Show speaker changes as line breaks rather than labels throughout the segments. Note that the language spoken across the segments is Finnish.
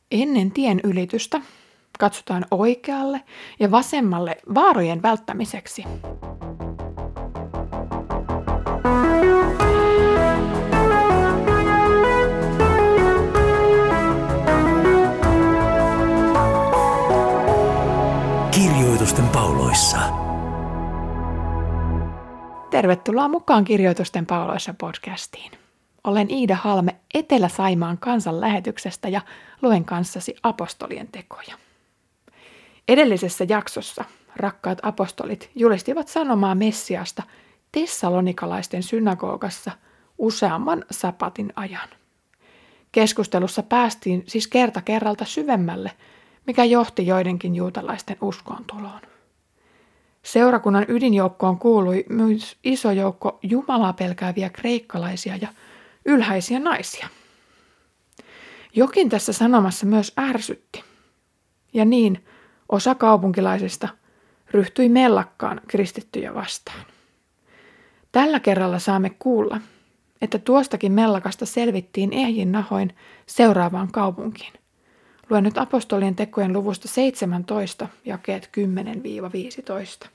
Ennen tien ylitystä katsotaan oikealle ja vasemmalle vaarojen välttämiseksi.
Kirjoitusten pauloissa.
Tervetuloa mukaan Kirjoitusten pauloissa podcastiin. Olen Iida Halme Etelä-Saimaan kansanlähetyksestä ja luen kanssasi apostolien tekoja. Edellisessä jaksossa rakkaat apostolit julistivat sanomaa Messiasta tessalonikalaisten synagogassa useamman sapatin ajan. Keskustelussa päästiin siis kerta kerralta syvemmälle, mikä johti joidenkin juutalaisten uskoontuloon. Seurakunnan ydinjoukkoon kuului myös iso joukko Jumalaa pelkääviä kreikkalaisia ja ylhäisiä naisia. Jokin tässä sanomassa myös ärsytti. Ja niin osa kaupunkilaisista ryhtyi mellakkaan kristittyjä vastaan. Tällä kerralla saamme kuulla, että tuostakin mellakasta selvittiin ehjin nahoin seuraavaan kaupunkiin. Luen nyt apostolien tekojen luvusta 17, jakeet 10-15.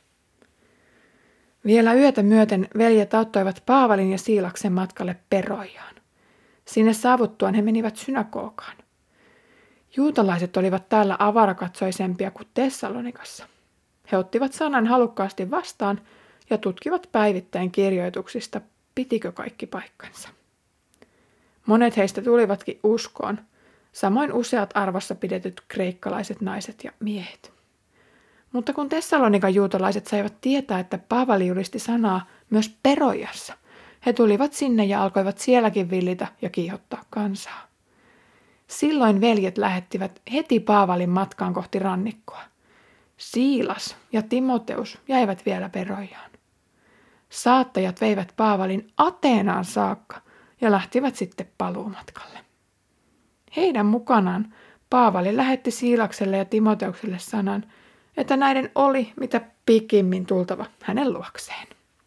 Vielä yötä myöten veljet auttoivat Paavalin ja Siilaksen matkalle Perojaan. Sinne saavuttuaan he menivät synagogaan. Juutalaiset olivat täällä avarakatsoisempia kuin Tessalonikassa. He ottivat sanan halukkaasti vastaan ja tutkivat päivittäin kirjoituksista, pitikö kaikki paikkansa. Monet heistä tulivatkin uskoon, samoin useat arvossa pidetyt kreikkalaiset naiset ja miehet. Mutta kun Tessalonikan juutalaiset saivat tietää, että Paavali julisti sanaa myös Perojassa, he tulivat sinne ja alkoivat sielläkin villitä ja kiihottaa kansaa. Silloin veljet lähettivät heti Paavalin matkaan kohti rannikkoa. Siilas ja Timoteus jäivät vielä Perojaan. Saattajat veivät Paavalin Ateenaan saakka ja lähtivät sitten paluumatkalle. Heidän mukanaan Paavali lähetti Siilakselle ja Timoteukselle sanan, että näiden oli mitä pikimmin tultava hänen luokseen.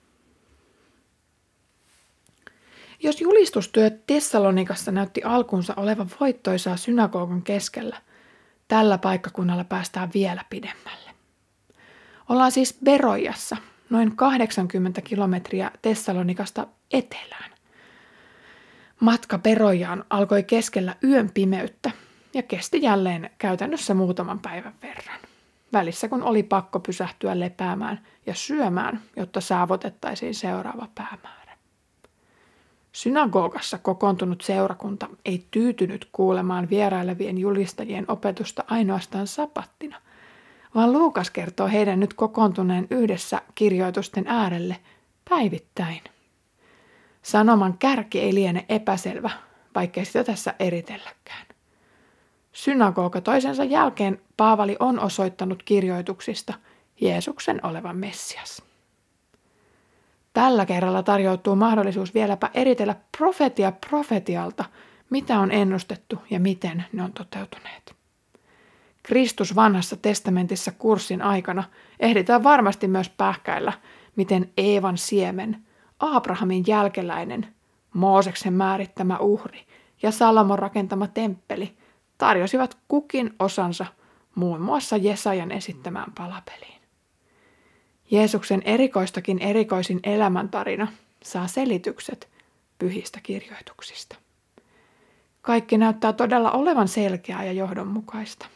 Jos julistustyö Tessalonikassa näytti alkunsa olevan voittoisaa synagogan keskellä, tällä paikkakunnalla päästään vielä pidemmälle. Ollaan siis Berojassa, noin 80 kilometriä Tessalonikasta etelään. Matka Berojaan alkoi keskellä yön pimeyttä ja kesti jälleen käytännössä muutaman päivän verran. Välissä kun oli pakko pysähtyä lepäämään ja syömään, jotta saavutettaisiin seuraava päämäärä. Synagogassa kokoontunut seurakunta ei tyytynyt kuulemaan vierailevien julistajien opetusta ainoastaan sapattina, vaan Luukas kertoo heidän nyt kokoontuneen yhdessä kirjoitusten äärelle päivittäin. Sanoman kärki ei liene epäselvä, vaikkei sitä tässä eritelläkään. Synagoga toisensa jälkeen Paavali on osoittanut kirjoituksista Jeesuksen olevan Messias. Tällä kerralla tarjoutuu mahdollisuus vieläpä eritellä profetia profetialta, mitä on ennustettu ja miten ne on toteutuneet. Kristus vanhassa testamentissa kurssin aikana ehditään varmasti myös pähkäillä, miten Eevan siemen, Abrahamin jälkeläinen, Mooseksen määrittämä uhri ja Salomon rakentama temppeli tarjosivat kukin osansa muun muassa Jesajan esittämään palapeliin. Jeesuksen erikoistakin erikoisin elämäntarina saa selitykset pyhistä kirjoituksista. Kaikki näyttää todella olevan selkeää ja johdonmukaista.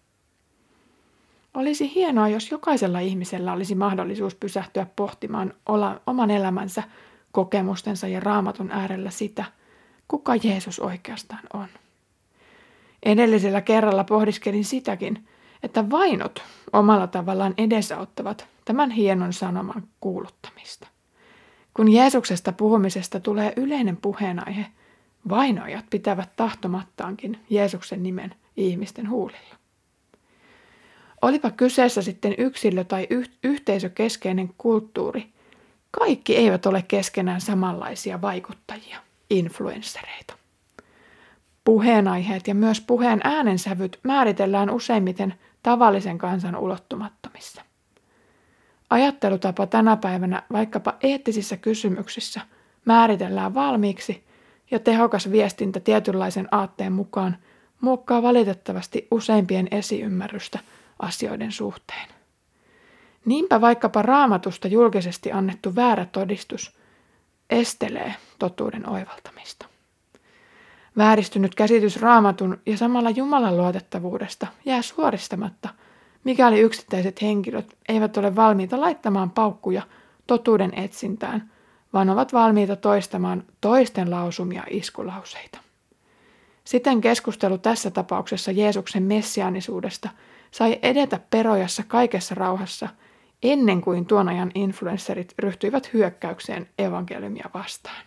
Olisi hienoa, jos jokaisella ihmisellä olisi mahdollisuus pysähtyä pohtimaan oman elämänsä, kokemustensa ja Raamatun äärellä sitä, kuka Jeesus oikeastaan on. Edellisellä kerralla pohdiskelin sitäkin, että vainot omalla tavallaan edesauttavat tämän hienon sanoman kuuluttamista. Kun Jeesuksesta puhumisesta tulee yleinen puheenaihe, vainoajat pitävät tahtomattaankin Jeesuksen nimen ihmisten huulilla. Olipa kyseessä sitten yksilö- tai yhteisökeskeinen kulttuuri, kaikki eivät ole keskenään samanlaisia vaikuttajia, influenssereita. Puheenaiheet ja myös puheen äänensävyt määritellään useimmiten tavallisen kansan ulottumattomissa. Ajattelutapa tänä päivänä vaikkapa eettisissä kysymyksissä määritellään valmiiksi ja tehokas viestintä tietynlaisen aatteen mukaan muokkaa valitettavasti useimpien esiymmärrystä asioiden suhteen. Niinpä vaikkapa Raamatusta julkisesti annettu väärä todistus estelee totuuden oivaltamista. Vääristynyt käsitys Raamatun ja samalla Jumalan luotettavuudesta jää suoristamatta, mikäli yksittäiset henkilöt eivät ole valmiita laittamaan paukkuja totuuden etsintään, vaan ovat valmiita toistamaan toisten lausumia iskulauseita. Siten keskustelu tässä tapauksessa Jeesuksen messiaanisuudesta sai edetä Perojassa kaikessa rauhassa ennen kuin tuon ajan influensserit ryhtyivät hyökkäykseen evankeliumia vastaan.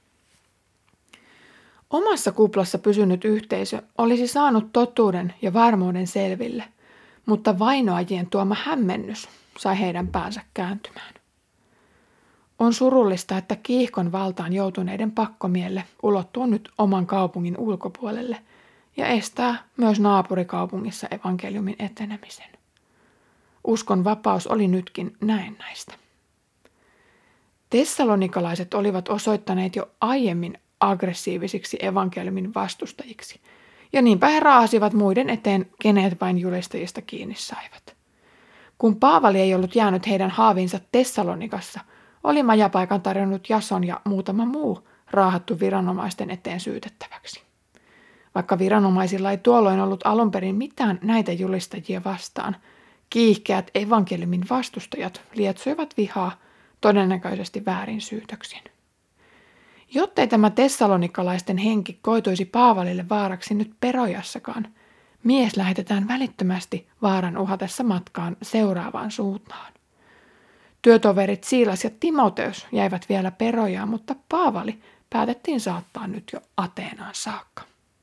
Omassa kuplassa pysynyt yhteisö olisi saanut totuuden ja varmuuden selville, mutta vainoajien tuoma hämmennys sai heidän päänsä kääntymään. On surullista, että kiihkon valtaan joutuneiden pakkomielle ulottuu nyt oman kaupungin ulkopuolelle ja estää myös naapurikaupungissa evankeliumin etenemisen. Uskon vapaus oli nytkin näennäistä. Tessalonikalaiset olivat osoittaneet jo aiemmin aggressiivisiksi evankeliumin vastustajiksi, ja niinpä he raasivat muiden eteen, kenet vain julistajista kiinni saivat. Kun Paavali ei ollut jäänyt heidän haaviinsa Tessalonikassa, oli majapaikan tarjonnut Jason ja muutama muu raahattu viranomaisten eteen syytettäväksi. Vaikka viranomaisilla ei tuolloin ollut alun perin mitään näitä julistajia vastaan, kiihkeät evankeliumin vastustajat lietsoivat vihaa todennäköisesti väärin syytöksin. Jottei tämä tessalonikkalaisten henki koituisi Paavalille vaaraksi nyt Perojassakaan, mies lähetetään välittömästi vaaran uhatessa matkaan seuraavaan suuntaan. Työtoverit Siilas ja Timoteus jäivät vielä Perojaan, mutta Paavali päätettiin saattaa nyt jo Ateenaan saakka.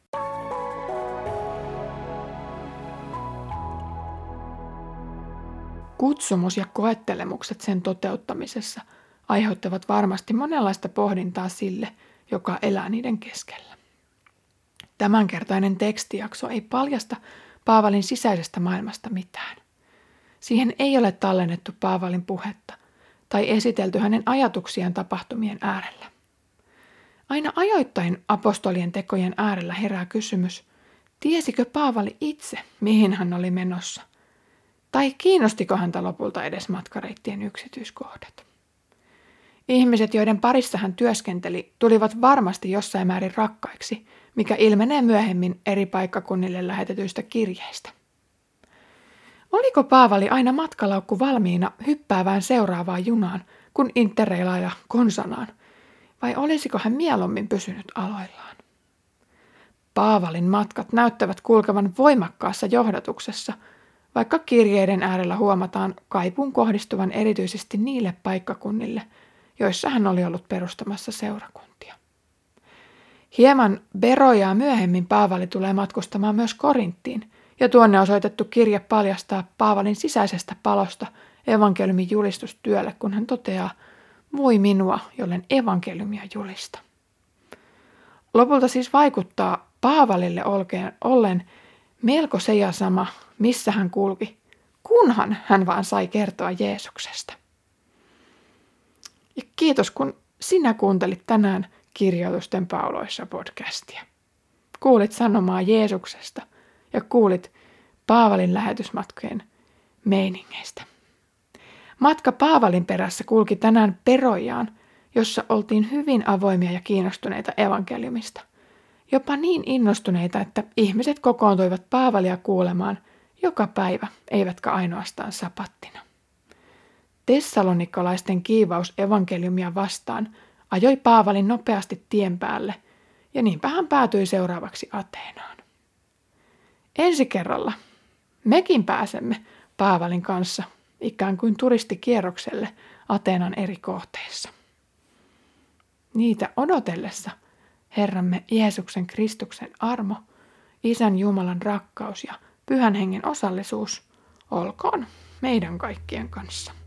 Kutsumus ja koettelemukset sen toteuttamisessa aiheuttavat varmasti monenlaista pohdintaa sille, joka elää niiden keskellä. Tämänkertainen tekstijakso ei paljasta Paavalin sisäisestä maailmasta mitään. Siihen ei ole tallennettu Paavalin puhetta tai esitelty hänen ajatuksiaan tapahtumien äärellä. Aina ajoittain apostolien tekojen äärellä herää kysymys, tiesikö Paavali itse, mihin hän oli menossa, tai kiinnostiko häntä lopulta edes matkareittien yksityiskohdat. Ihmiset, joiden parissa hän työskenteli, tulivat varmasti jossain määrin rakkaiksi, mikä ilmenee myöhemmin eri paikkakunnille lähetetyistä kirjeistä. Oliko Paavali aina matkalaukku valmiina hyppäävään seuraavaan junaan, kun interreilaaja konsanaan, vai olisiko hän mieluummin pysynyt aloillaan? Paavalin matkat näyttävät kulkevan voimakkaassa johdatuksessa, vaikka kirjeiden äärellä huomataan kaipuun kohdistuvan erityisesti niille paikkakunnille, joissa hän oli ollut perustamassa seurakuntia. Hieman Berojaa myöhemmin Paavali tulee matkustamaan myös Korinttiin, ja tuonne osoitettu kirje paljastaa Paavalin sisäisestä palosta evankeliumin julistustyölle, kun hän toteaa, voi minua, jollen evankeliumia julista. Lopulta siis vaikuttaa Paavalille ollen melko se ja sama, missä hän kulki, kunhan hän vaan sai kertoa Jeesuksesta. Ja kiitos, kun sinä kuuntelit tänään Kirjoitusten pauloissa podcastia. Kuulit sanomaa Jeesuksesta ja kuulit Paavalin lähetysmatkojen meiningeistä. Matka Paavalin perässä kulki tänään Perojaan, jossa oltiin hyvin avoimia ja kiinnostuneita evankeliumista. Jopa niin innostuneita, että ihmiset kokoontuivat Paavalia kuulemaan joka päivä, eivätkä ainoastaan sapattina. Tessalonikkalaisten kiivaus evankeliumia vastaan ajoi Paavalin nopeasti tien päälle, ja niinpä hän päätyi seuraavaksi Ateenaan. Ensi kerralla mekin pääsemme Paavalin kanssa ikään kuin turistikierrokselle Ateenan eri kohteissa. Niitä odotellessa Herramme Jeesuksen Kristuksen armo, Isän Jumalan rakkaus ja Pyhän Hengen osallisuus olkoon meidän kaikkien kanssa.